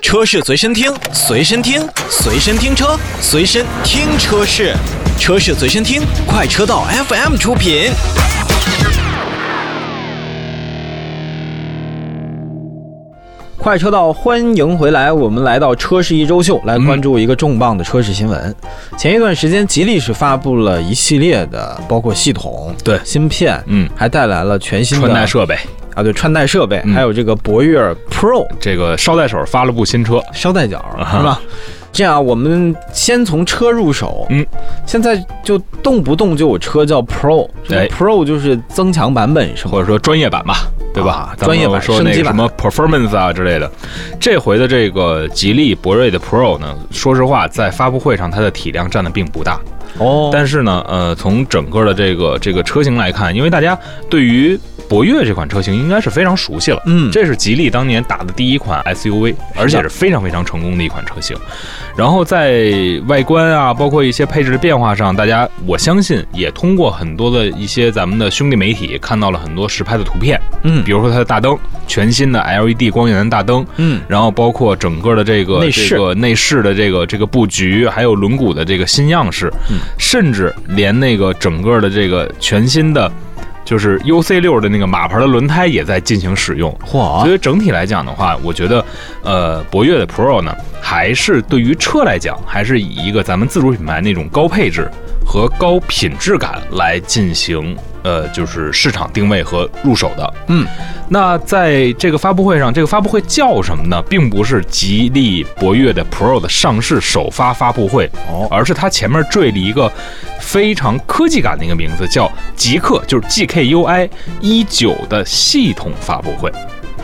车是随身听，随身听，随身听车，随身听车是，车是随身听，快车道 FM 出品。快车道，欢迎回来！我们来到车市一周秀，来关注一个重磅的车市新闻。前一段时间，吉利是发布了一系列的，包括系统、 对芯片，还带来了全新的穿戴设备啊，对，穿戴设备，还有这个博越 Pro 这个捎带手发了部新车， 捎带脚是吧？这样，我们先从车入手。现在就动不动就有车叫 Pro， 这个 Pro 就是增强版本是吗？ 或者说专业版吧，对吧？ 专业版、 说那个什么 Performance 啊之类的。这回的这个吉利博瑞的 Pro 呢，说实话，在发布会上它的体量占的并不大。但是呢，从整个的这个车型来看，因为大家对于博越这款车型应该是非常熟悉了，这是吉利当年打的第一款 SUV， 而且是非常非常成功的一款车型。然后在外观啊，包括一些配置的变化上，大家我相信也通过很多的一些咱们的兄弟媒体看到了很多实拍的图片，比如说它的大灯，全新的 LED 光源大灯，然后包括整个的这个内饰的这个布局，还有轮毂的这个新样式，甚至连那个整个的这个全新的就是 UC6 的那个马牌的轮胎也在进行使用，所以整体来讲的话，我觉得博越的 Pro 呢，还是对于车来讲，还是以一个咱们自主品牌那种高配置和高品质感来进行就是市场定位和入手的。那在这个发布会上，这个发布会叫什么呢？并不是吉利博越的 Pro 的上市首发发布会，而是它前面缀了一个非常科技感的一个名字，叫极客，就是 GKUI 19的系统发布会。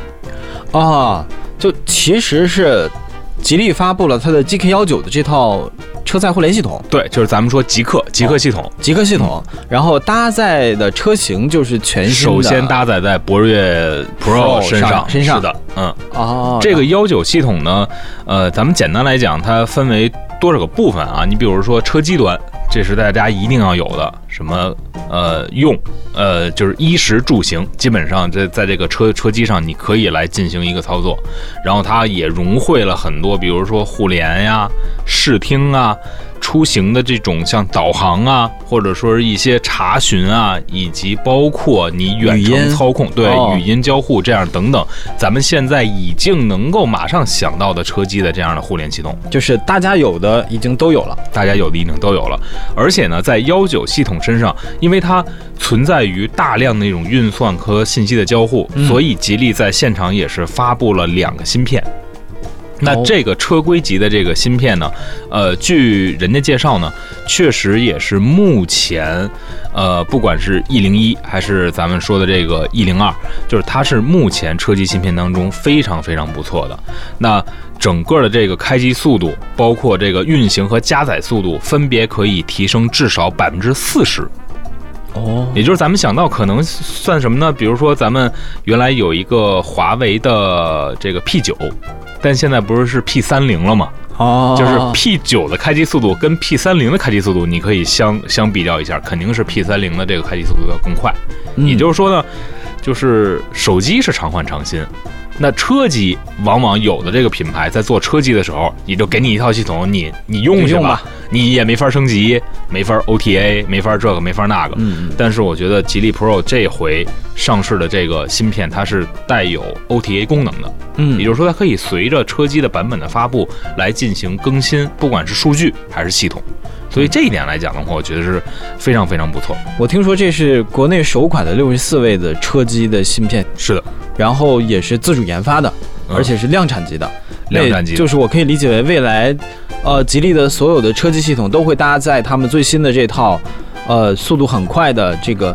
就其实是吉利发布了它的 GK19的这套车载互联系统， 对，就是咱们说极客系统，然后搭载的车型就是全新的， 首先搭载在博越 Pro 身上，是的，这个19系统呢，咱们简单来讲，它分为多少个部分啊？你比如说车机端，这是大家一定要有的，什么就是衣食住行，基本上在这个车机上你可以来进行一个操作，然后它也融汇了很多，比如说互联呀、视听啊、出行的这种像导航啊，或者说是一些查询啊，以及包括你远程操控，对，语音交互这样等等，咱们现在已经能够马上想到的车机的这样的互联系统， 就是大家有的已经都有了， 而且呢，在19系统身上，因为它存在于大量的那种运算和信息的交互，所以吉利在现场也是发布了2个芯片。那这个车规级的这个芯片呢，据人家介绍呢，确实也是目前，不管是101还是咱们说的这个102，就是它是目前车机芯片当中非常非常不错的。那整个的这个开机速度，包括这个运行和加载速度，分别可以提升至少40%。也就是咱们想到可能算什么呢？比如说咱们原来有一个华为的这个 P9， 但现在不是 P30 了吗？就是 P9 的开机速度跟 P30 的开机速度，你可以相比较一下，肯定是 P30 的这个开机速度要更快。也就是说呢，就是手机是常换常新。那车机往往有的这个品牌在做车机的时候，你就给你一套系统，你用去吧，你也没法升级，没法 OTA， 没法这个，没法那个。但是我觉得吉利 Pro 这回上市的这个芯片，它是带有 OTA 功能的，也就是说它可以随着车机的版本的发布来进行更新，不管是数据还是系统。所以这一点来讲的话，我觉得是非常非常不错。 我听说这是国内首款的64位的车机的芯片， 是的， 然后也是自主研发的，而且是量产级的。就是我可以理解为未来，吉利的所有的车机系统都会搭载他们最新的这套，速度很快的这个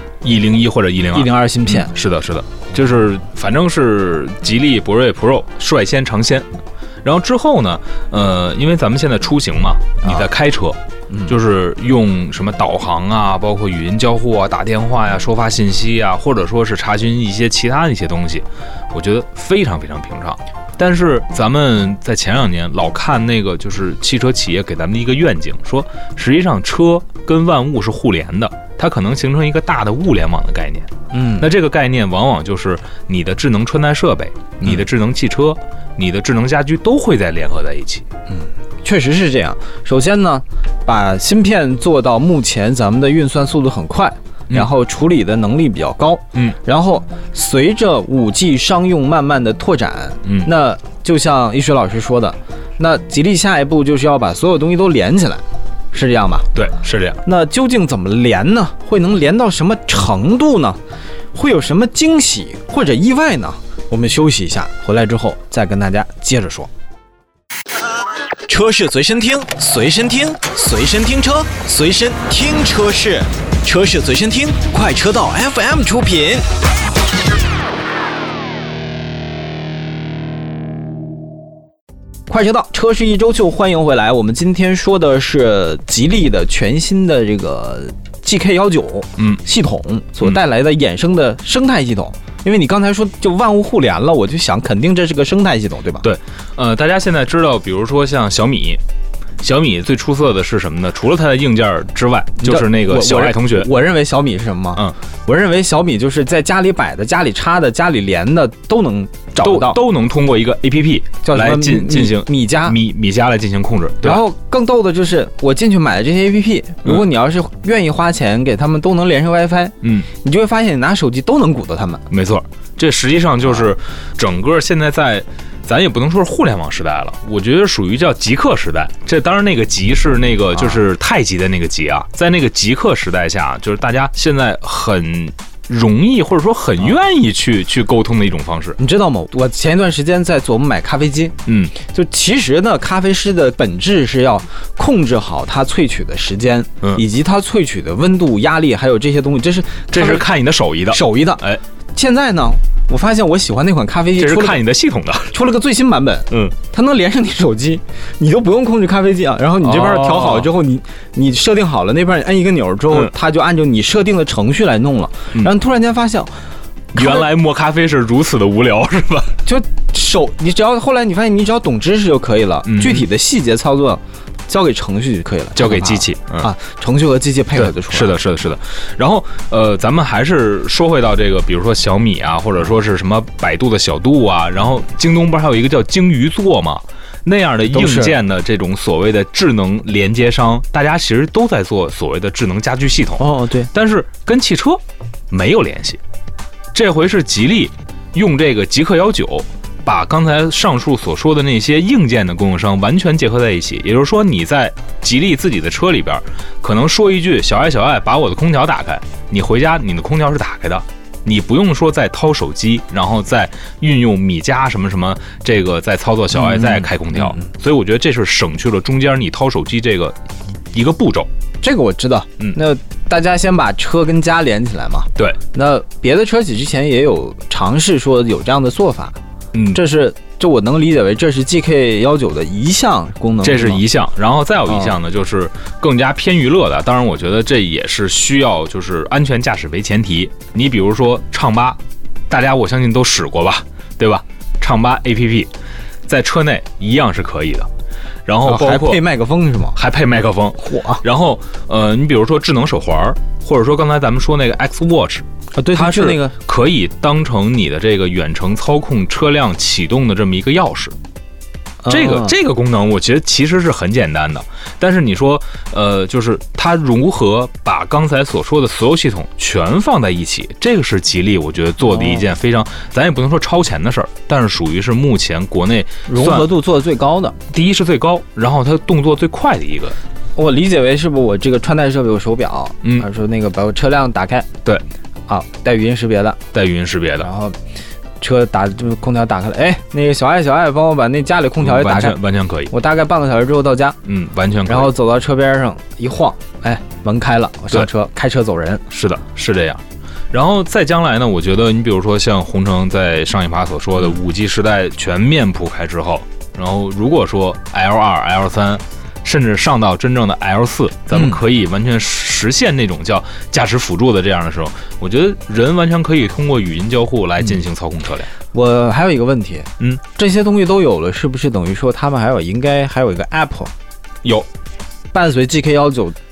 101或者102 芯片。 是的，就是反正是吉利博瑞 Pro 率先尝鲜。然后之后呢，因为咱们现在出行嘛，你在开车，就是用什么导航啊，包括语音交互啊、打电话呀、收发信息啊，或者说是查询一些其他的一些东西，我觉得非常非常平常。但是咱们在前2年老看那个，就是汽车企业给咱们的一个愿景，说实际上车跟万物是互联的，它可能形成一个大的物联网的概念。那这个概念往往就是你的智能穿戴设备、你的智能汽车、 你的智能家居都会再联合在一起。 确实是这样。首先呢，把芯片做到目前咱们的运算速度很快，然后处理的能力比较高，然后随着 5G 商用慢慢的拓展，那就像一水老师说的，那吉利下一步就是要把所有东西都连起来，是这样吧？ 对，是这样。 那究竟怎么连呢？会能连到什么程度呢？会有什么惊喜或者意外呢？我们休息一下，回来之后再跟大家接着说。 车市随身听，随身听，随身听车，随身听车市，车市随身听，快车道 FM 出品。 快车道车市一周秀，欢迎回来。我们今天说的是吉利的全新的这个 GK19 系统所带来的衍生的生态系统。因为你刚才说就万物互联了，我就想肯定这是个生态系统，对吧？ 对，大家现在知道，比如说像小米最出色的是什么呢？除了它的硬件之外，就是那个小爱同学。 我认为小米是什么吗？我认为小米就是在家里摆的、家里插的、家里连的都能找到， 都能通过一个 APP 来进行米家来进行控制。 然后更逗的就是我进去买的这些 APP，如果你要是愿意花钱给他们，都能连上 WiFi，你就会发现你拿手机都能鼓捣他们。 没错，这实际上就是整个现在在。咱也不能说是互联网时代了，我觉得属于叫极客时代。这当然那个极是那个就是太极的那个极啊，在那个极客时代下，就是大家现在很容易或者说很愿意去沟通的一种方式。 你知道吗？我前一段时间在琢磨买咖啡机，就其实呢，咖啡师的本质是要控制好它萃取的时间，以及它萃取的温度、压力，还有这些东西，这是看你的手艺的。 哎，现在呢？我发现我喜欢那款咖啡机， 这是看你的系统的， 出了个最新版本，它能连上你手机，你都不用控制咖啡机啊。然后你这边调好了之后，你设定好了，那边你按一个钮之后，它就按照你设定的程序来弄了。然后突然间发现， 原来磨咖啡是如此的无聊，是吧？ 就后来你发现你只要懂知识就可以了，具体的细节操作交给程序就可以了， 交给机器程序和机器配合就出来了。是的。然后咱们还是说回到这个，比如说小米啊，或者说是什么百度的小度啊，然后京东不是还有一个叫鲸鱼座吗？那样的硬件的这种所谓的智能连接商，大家其实都在做所谓的智能家居系统。 对， 但是跟汽车没有联系。这回是吉利用这个极客19。把刚才上述所说的那些硬件的供应商完全结合在一起，也就是说，你在吉利自己的车里边，可能说一句“小爱，把我的空调打开”，你回家你的空调是打开的，你不用说再掏手机，然后再运用米家什么什么这个再操作小爱再开空调。所以我觉得这是省去了中间你掏手机这个一个步骤。 这个我知道，那大家先把车跟家连起来嘛。 对， 那别的车企之前也有尝试说有这样的做法。这我能理解为这是 GK19 的一项功能， 这是一项，然后再有一项呢，就是更加偏娱乐的。当然，我觉得这也是需要就是安全驾驶为前提。你比如说畅巴，大家我相信都使过吧，对吧？畅巴 APP 在车内一样是可以的。然后包括还配麦克风是吗？ 还配麦克风。然后你比如说智能手环，或者说刚才咱们说那个 X Watch。 对， 它是那个可以当成你的这个远程操控车辆启动的这么一个钥匙。这个功能我觉得其实是很简单的，但是你说就是它如何把刚才所说的所有系统全放在一起，这个是吉利我觉得做的一件非常咱也不能说超前的事儿，但是属于是目前国内融合度做的最高的， 第一是最高，然后它动作最快的一个。 我理解为是不是我这个穿戴设备有手表，说那个把我车辆打开， 对， 带语音识别的，然后车就是空调打开了，哎，那个小爱帮我把那家里空调也打开， 完全可以。 我大概半个小时之后到家， 完全可以。 然后走到车边上一晃，哎，门开了，我上车开车走人。 是的，是这样。然后在将来呢，我觉得你比如说像鸿诚在上一趴所说的5G 时代全面铺开之后，然后如果说 L2、L3。甚至上到真正的 L4， 咱们可以完全实现那种叫驾驶辅助的这样的时候，我觉得人完全可以通过语音交互来进行操控车辆。 我还有一个问题，这些东西都有了，是不是等于说他们应该还有一个 App？ 有， 伴随 GK19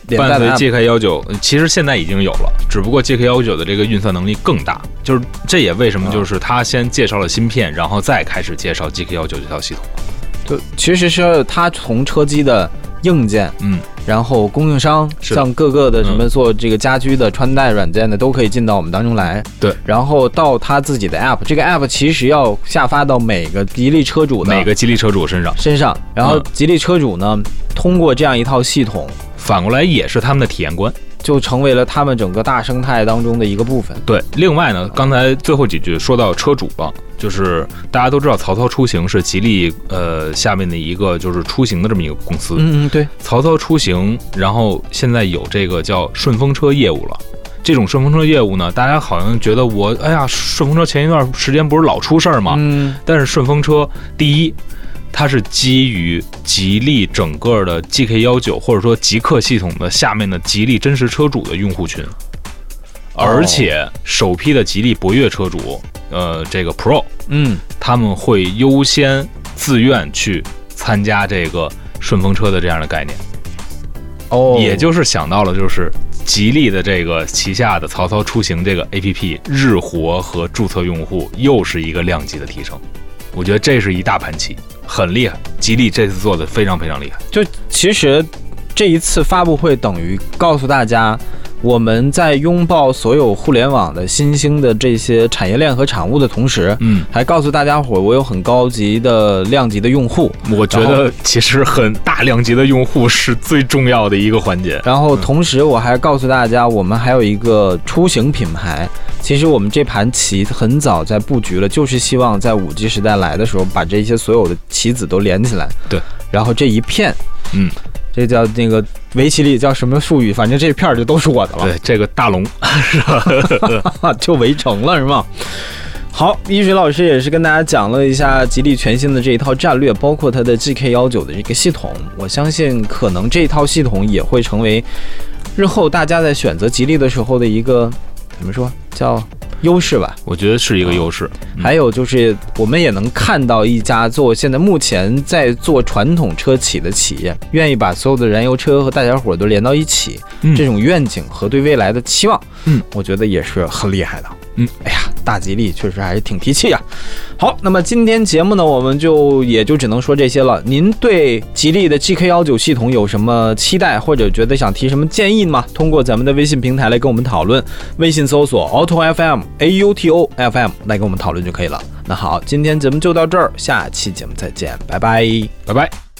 伴随 GK19，其实现在已经有了，只不过 GK19的这个运算能力更大，就是这也为什么就是他先介绍了芯片，然后再开始介绍 GK19这套系统。 就其实是他从车机的硬件，然后供应商像各个的什么做这个家居的、穿戴软件的都可以进到我们当中来。 对， 然后到他自己的 App， 这个 App 其实要下发到每个吉利车主身上，然后吉利车主呢，通过这样一套系统， 反过来也是他们的体验官。 就成为了他们整个大生态当中的一个部分。 对，另外呢，刚才最后几句说到车主了，就是大家都知道曹操出行是吉利下面的一个就是出行的这么一个公司。 对， 曹操出行，然后现在有这个叫顺风车业务了。这种顺风车业务呢，大家好像觉得顺风车前一段时间不是老出事儿吗？但是顺风车第一，它是基于吉利整个的 GK19或者说极客系统的下面的吉利真实车主的用户群，而且首批的吉利博越车主，这个 Pro，他们会优先自愿去参加这个顺风车的这样的概念。也就是想到了就是吉利的这个旗下的曹操出行这个 APP 日活和注册用户又是一个量级的提升。我觉得这是一大盘棋，很厉害。吉利这次做的非常非常厉害。 就其实这一次发布会等于告诉大家，我们在拥抱所有互联网的新兴的这些产业链和产物的同时，还告诉大家伙我有很高级的量级的用户。 我觉得其实很大量级的用户是最重要的一个环节。 然后同时我还告诉大家，我们还有一个出行品牌。其实我们这盘棋很早在布局了，就是希望在 5G 时代来的时候，把这些所有的棋子都连起来。 对， 然后这一片，这叫那个围棋里叫什么术语？反正这片就都是我的了。 对，这个大龙是吧？就围城了是吗？好，一水老师也是跟大家讲了一下吉利全新的这一套战略，包括它的 GK19的这个系统。我相信可能这套系统也会成为日后大家在选择吉利的时候的一个怎么说叫优势吧？ 我觉得是一个优势。 还有就是我们也能看到一家现在目前在做传统车企的企业，愿意把所有的燃油车和大家伙都连到一起，这种愿景和对未来的期望，我觉得也是很厉害的。哎呀，大吉利确实还是挺提气啊。好，那么今天节目呢，我们也就只能说这些了。您对吉利的 GK19系统有什么期待，或者觉得想提什么建议吗？通过咱们的微信平台来跟我们讨论，微信搜索 Auto FM AUTO FM 来跟我们讨论就可以了。那好，今天节目就到这儿，下期节目再见，拜拜， 拜拜。